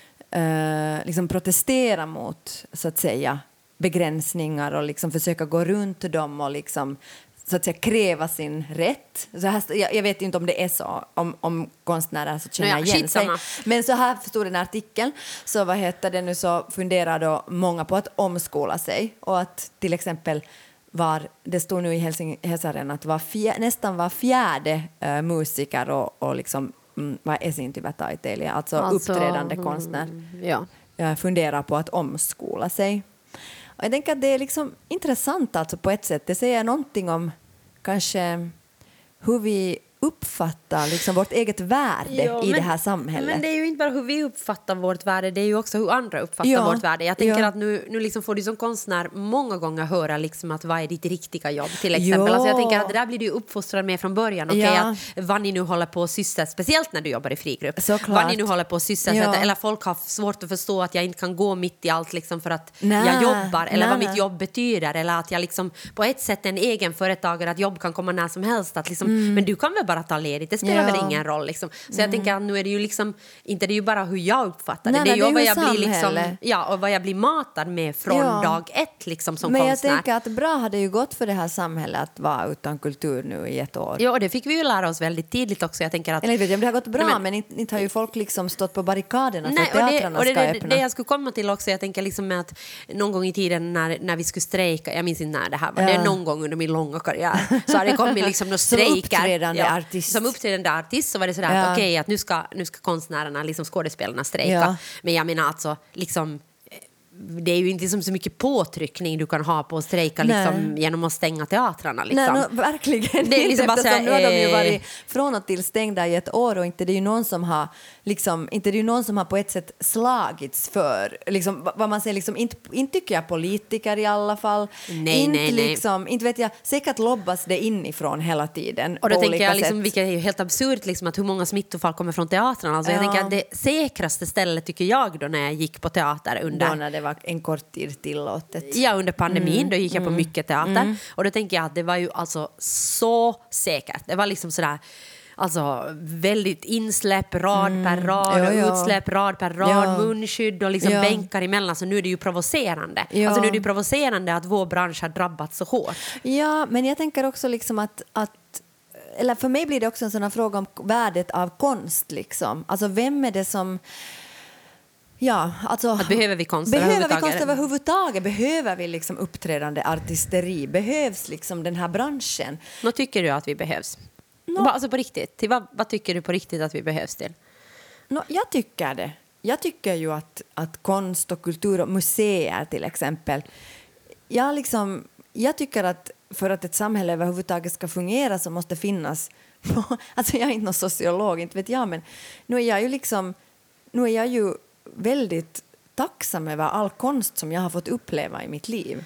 liksom protestera mot, så att säga, begränsningar och liksom försöka gå runt dem och liksom, så att säga, kräva sin rätt. Så här, jag vet inte om det är så, om konstnärer så känner igen sig. Men så här stod den artikeln. Så så funderar då många på att omskola sig. Och att till exempel det stod nu i Helsingin att nästan var fjärde musiker och liksom vad esiintyvä alltså uppträdande konstnär funderar på att omskola sig. Och jag tänker att det är liksom intressant alltså på ett sätt. Det säger någonting om kanske hur vi uppfattar liksom vårt eget värde i det här samhället. Men det är ju inte bara hur vi uppfattar vårt värde, det är ju också hur andra uppfattar vårt värde. Jag tänker att nu liksom får du som konstnär många gånger höra liksom att vad är ditt riktiga jobb till exempel. Alltså jag tänker att det där blir du uppfostrad med från början. Att vad ni nu håller på att sysselsätta, speciellt när du jobbar i frigrupp. Vad ni nu håller på att sysselsätta. Eller folk har svårt att förstå att jag inte kan gå mitt i allt liksom för att jag jobbar. Eller vad mitt jobb betyder. Eller att jag liksom på ett sätt är en egen företagare, att jobb kan komma när som helst. Att liksom, men du kan väl bara ta ledigt, det spelar väl ingen roll liksom. Så jag tänker att nu är det ju liksom inte det är ju bara hur jag uppfattar det. Det är ju vad jag blir liksom, och vad jag blir matad med från dag 1 liksom som konstnär. Men jag tänker att bra hade ju gått för det här samhället att vara utan kultur nu i ett år. Ja, och det fick vi ju lära oss väldigt tidigt också. Jag tänker att det har gått bra, men inte har ju folk liksom stått på barrikaderna för teatrarna ska öppna. Det jag skulle komma till också, jag tänker liksom med att någon gång i tiden när vi skulle strejka, jag minns inte när det här var, det är någon gång under min långa karriär, så har det kommit liksom några strejkar. Som uppträdande artist så var det sådär att att nu ska konstnärerna, liksom skådespelarna strejka. Men jag menar alltså liksom det är ju inte som så mycket påtryckning du kan ha på att strejka liksom, genom att stänga teatrarna. Liksom. Nej, verkligen det är liksom inte. bara Nu har de ju varit från och till stängda i ett år och inte det är ju någon som har liksom, inte det är någon som har på ett sätt slagits för liksom, vad man säger, liksom, inte tycker jag politiker i alla fall. Nej. Liksom, inte vet jag, säkert lobbas det inifrån hela tiden. Och då tänker jag, liksom, vilket är ju helt absurt, liksom, att hur många smittofall kommer från teatrarna. Alltså, jag tänker att det säkraste stället tycker jag då när jag gick på teater under... Då när det var en kort tid tillåtet. Ja, under pandemin, då gick jag på mycket teater. Och då tänker jag att det var ju alltså så säkert. Det var liksom sådär, alltså väldigt insläpp, rad per rad, och utsläpp, rad per rad, munskydd och liksom bänkar emellan. Så nu är det ju provocerande. Alltså nu är det ju provocerande att vår bransch har drabbats så hårt. Ja, men jag tänker också liksom att eller för mig blir det också en sån här fråga om värdet av konst liksom. Alltså vem är det som... Ja, alltså, att behöver vi konst överhuvudtaget? Behöver vi liksom uppträdande artisteri? Behövs liksom den här branschen? Vad tycker du att vi behövs? Alltså på riktigt, vad tycker du på riktigt att vi behövs till? Jag tycker det. Jag tycker ju att konst och kultur och museer till exempel, jag tycker att för att ett samhälle överhuvudtaget ska fungera så måste finnas alltså jag är inte någon sociolog, inte vet jag, men nu är jag ju väldigt tacksam över all konst som jag har fått uppleva i mitt liv.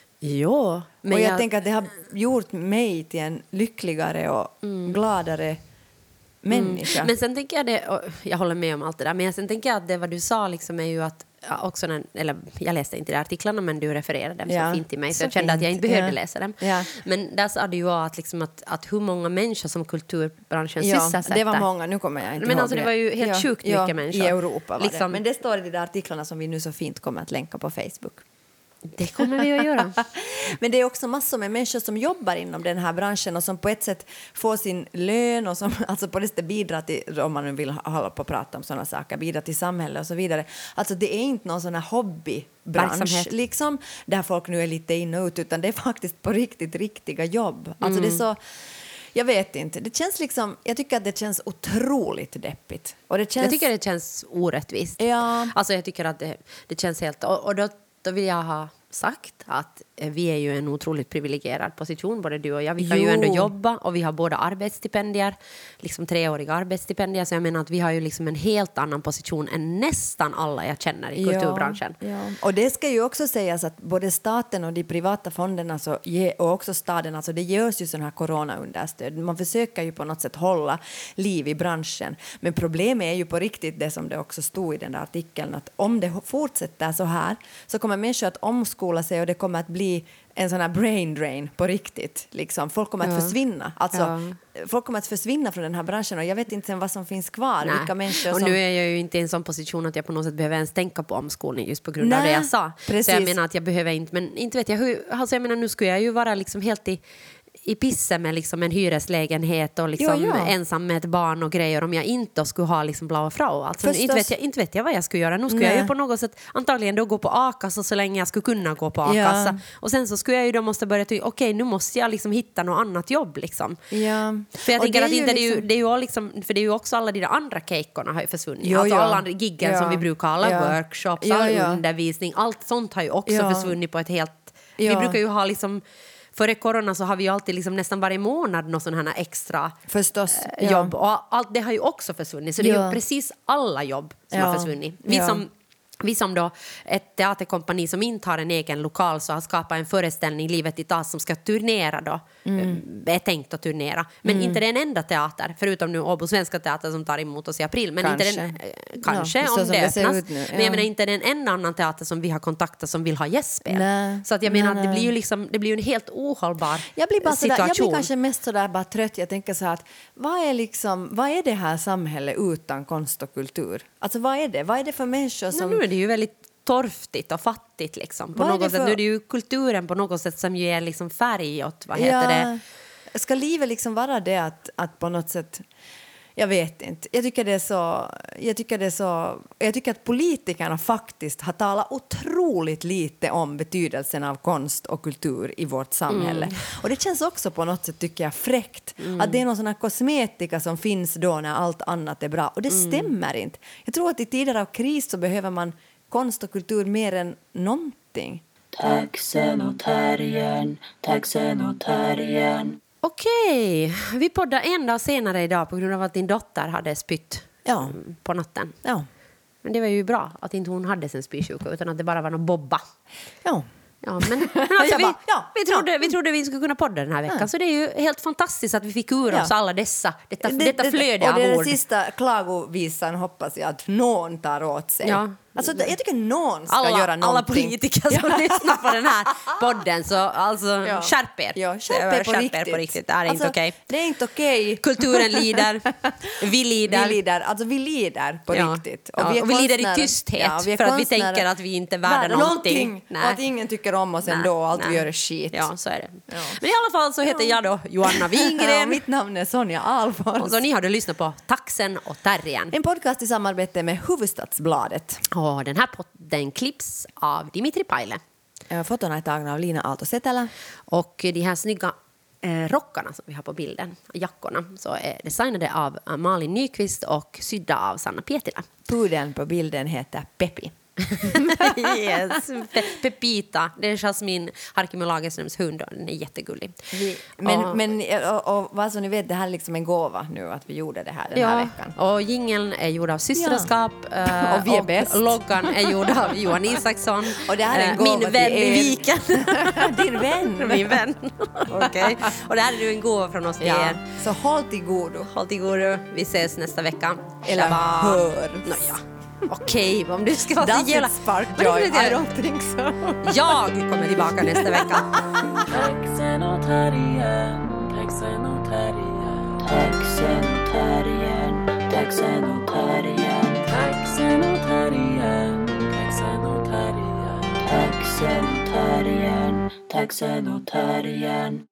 Jo, men och jag tänker att det har gjort mig till en lyckligare och gladare människa. Men sen tänker jag det, och jag håller med om allt det där, men sen tänker jag att det vad du sa liksom är ju att också eller jag läste inte de artiklarna, men du refererade dem så fint till mig, så jag kände att jag inte behövde läsa dem. Ja. Men där sa du ju att, liksom att hur många människor som kulturbranschen sysselsätter. Det var många, nu kommer jag inte men ihåg alltså det var ju helt sjukt mycket människor. I Europa var liksom, det. Men det står i de där artiklarna som vi nu så fint kommer att länka på Facebook. Det kommer vi att göra. Men det är också massor med människor som jobbar inom den här branschen och som på ett sätt får sin lön och som alltså på det sättet bidrar till, om man nu vill hålla på och prata om sådana saker, bidrar till samhället och så vidare. Alltså det är inte någon sån här hobbybransch liksom, där folk nu är lite in och ut, utan det är faktiskt på riktigt riktiga jobb. Alltså det är så... Jag vet inte. Det känns liksom, jag tycker att det känns otroligt deppigt. Och det känns... Jag tycker det känns orättvist. Ja. Alltså jag tycker att det känns helt... Och då vill jag ha sagt att vi är ju en otroligt privilegierad position, både du och jag. Vi kan ju ändå jobba och vi har båda arbetsstipendier, liksom 3-åriga arbetsstipendier. Så jag menar att vi har ju liksom en helt annan position än nästan alla jag känner i kulturbranschen. Ja. Och det ska ju också sägas att både staten och de privata fonderna och också staden, alltså det görs ju sådana här coronaunderstöd. Man försöker ju på något sätt hålla liv i branschen. Men problemet är ju på riktigt det som det också stod i den där artikeln, att om det fortsätter så här så kommer människor att omskola sig och det kommer att bli en sån här brain drain på riktigt. Liksom. Folk kommer att försvinna. Alltså, folk kommer att försvinna från den här branschen och jag vet inte vad som finns kvar. Vilka människor och som... nu är jag ju inte i en sån position att jag på något sätt behöver ens tänka på omskolning just på grund av det jag sa. Precis. Så jag menar att jag behöver inte, men inte vet jag hur, alltså jag menar nu skulle jag ju vara liksom helt i pisse med liksom en hyreslägenhet och liksom ensam med ett barn och grejer om jag inte skulle ha liksom blå frau. Alltså, inte vet jag vad jag skulle göra. Nu skulle jag ju på något sätt antagligen då gå på a-kassa så länge jag skulle kunna gå på a-kassa. Och sen så skulle jag ju då måste börja tycka okej, nu måste jag liksom hitta något annat jobb liksom. Ja. För jag tänker att inte liksom... det är ju liksom, för det är ju också alla de där andra kejkorna har ju försvunnit. Alltså alla andra giggen som vi brukar ha, alla workshops, all undervisning, allt sånt har ju också försvunnit på ett helt... Vi brukar ju ha liksom... Före corona så har vi ju alltid liksom nästan varje månad någon sån här extra jobb. Och allt det har ju också försvunnit. Så det är ju precis alla jobb som har försvunnit. Vi som då ett teaterkompani som inte har en egen lokal så har skapat en föreställning Livet i tas som ska turnera då. Är tänkt att turnera. Men inte det en enda teater, förutom nu Åbo Svenska Teater som tar emot oss i april. Men kanske om det öppnas. Men jag menar inte den enda annan teater som vi har kontaktat som vill ha gästspel. Så att jag menar att det blir ju liksom, det blir ju en helt ohållbar situation. Jag blir kanske mest sådär bara trött. Jag tänker så här att vad är det här samhället utan konst och kultur? Alltså vad är det? Vad är det för människor som... Nu är det ju väldigt torftigt och fattigt liksom. På något sätt. Nu är det ju kulturen på något sätt som ger liksom färg åt, vad heter det? Ska livet liksom vara det att på något sätt... Jag vet inte. Jag tycker att politikerna faktiskt har talat otroligt lite om betydelsen av konst och kultur i vårt samhälle. Och det känns också på något sätt, tycker jag, fräckt. Att det är någon sån här kosmetika som finns då när allt annat är bra. Och det stämmer inte. Jag tror att i tider av kris så behöver man konst och kultur mer än någonting. Taxen och terriern, taxen och terriern. Okej, vi poddar en dag senare idag på grund av att din dotter hade spytt på natten. Ja. Men det var ju bra att inte hon hade sin spysjuka utan att det bara var någon bobba. Ja. Ja, men alltså vi trodde vi skulle kunna podda den här veckan. Så det är ju helt fantastiskt att vi fick ur oss alla detta flöde av ord. Och den sista klagovisan hoppas jag att någon tar åt sig. Ja. Alltså, jag tycker någon ska göra någonting. Alla politiker som lyssnar på den här podden, så alltså skärp er. Ja, skärp er på riktigt. Det här är inte okej. Det är inte okej. Kulturen lider. Vi lider. Alltså vi lider på riktigt. Och vi lider i tysthet för att vi tänker att vi inte är värda någonting. Och att ingen tycker om oss ändå och allt vi gör är skit. Ja, så är det. Ja. Men i alla fall så heter jag då Joanna Wingren. Mitt namn är Sonja Alfons. Och så ni hade lyssnat på Taxen och terriern. En podcast i samarbete med Hufvudstadsbladet. Och den här podden klipps av Dimitri Paile. Fotona är tagna av Lina Aalto-Setälä. Och de här snygga rockarna som vi har på bilden, jackorna, så är designade av Malin Nyqvist och sydda av Sanna Pietila. Pudeln på bilden heter Peppi. Yes, Pepita. Det är Jasmin Harkimo Lagerströms hund och den är jättegullig. Men vad som ni vet, det här är liksom en gåva nu att vi gjorde det här den här veckan. Och jingeln är gjord av systerskap och vi är bäst. loggan är gjord av Johan Isaksson. Och det här är en gåva min vän i Viken. Din vän. Min vän. Okej. Och det här är ju en gåva från oss till er. Så håll till godo. Håll till godo. Vi ses nästa vecka. Eller hör. Okej, om du ska vara så jävla... spark joy. I don't think so. Jag kommer tillbaka nästa vecka. Taxen och terriern, taxen och terriern, taxen och terriern, taxen och terriern, taxen och terriern, taxen och terriern, taxen och terriern, taxen och terriern.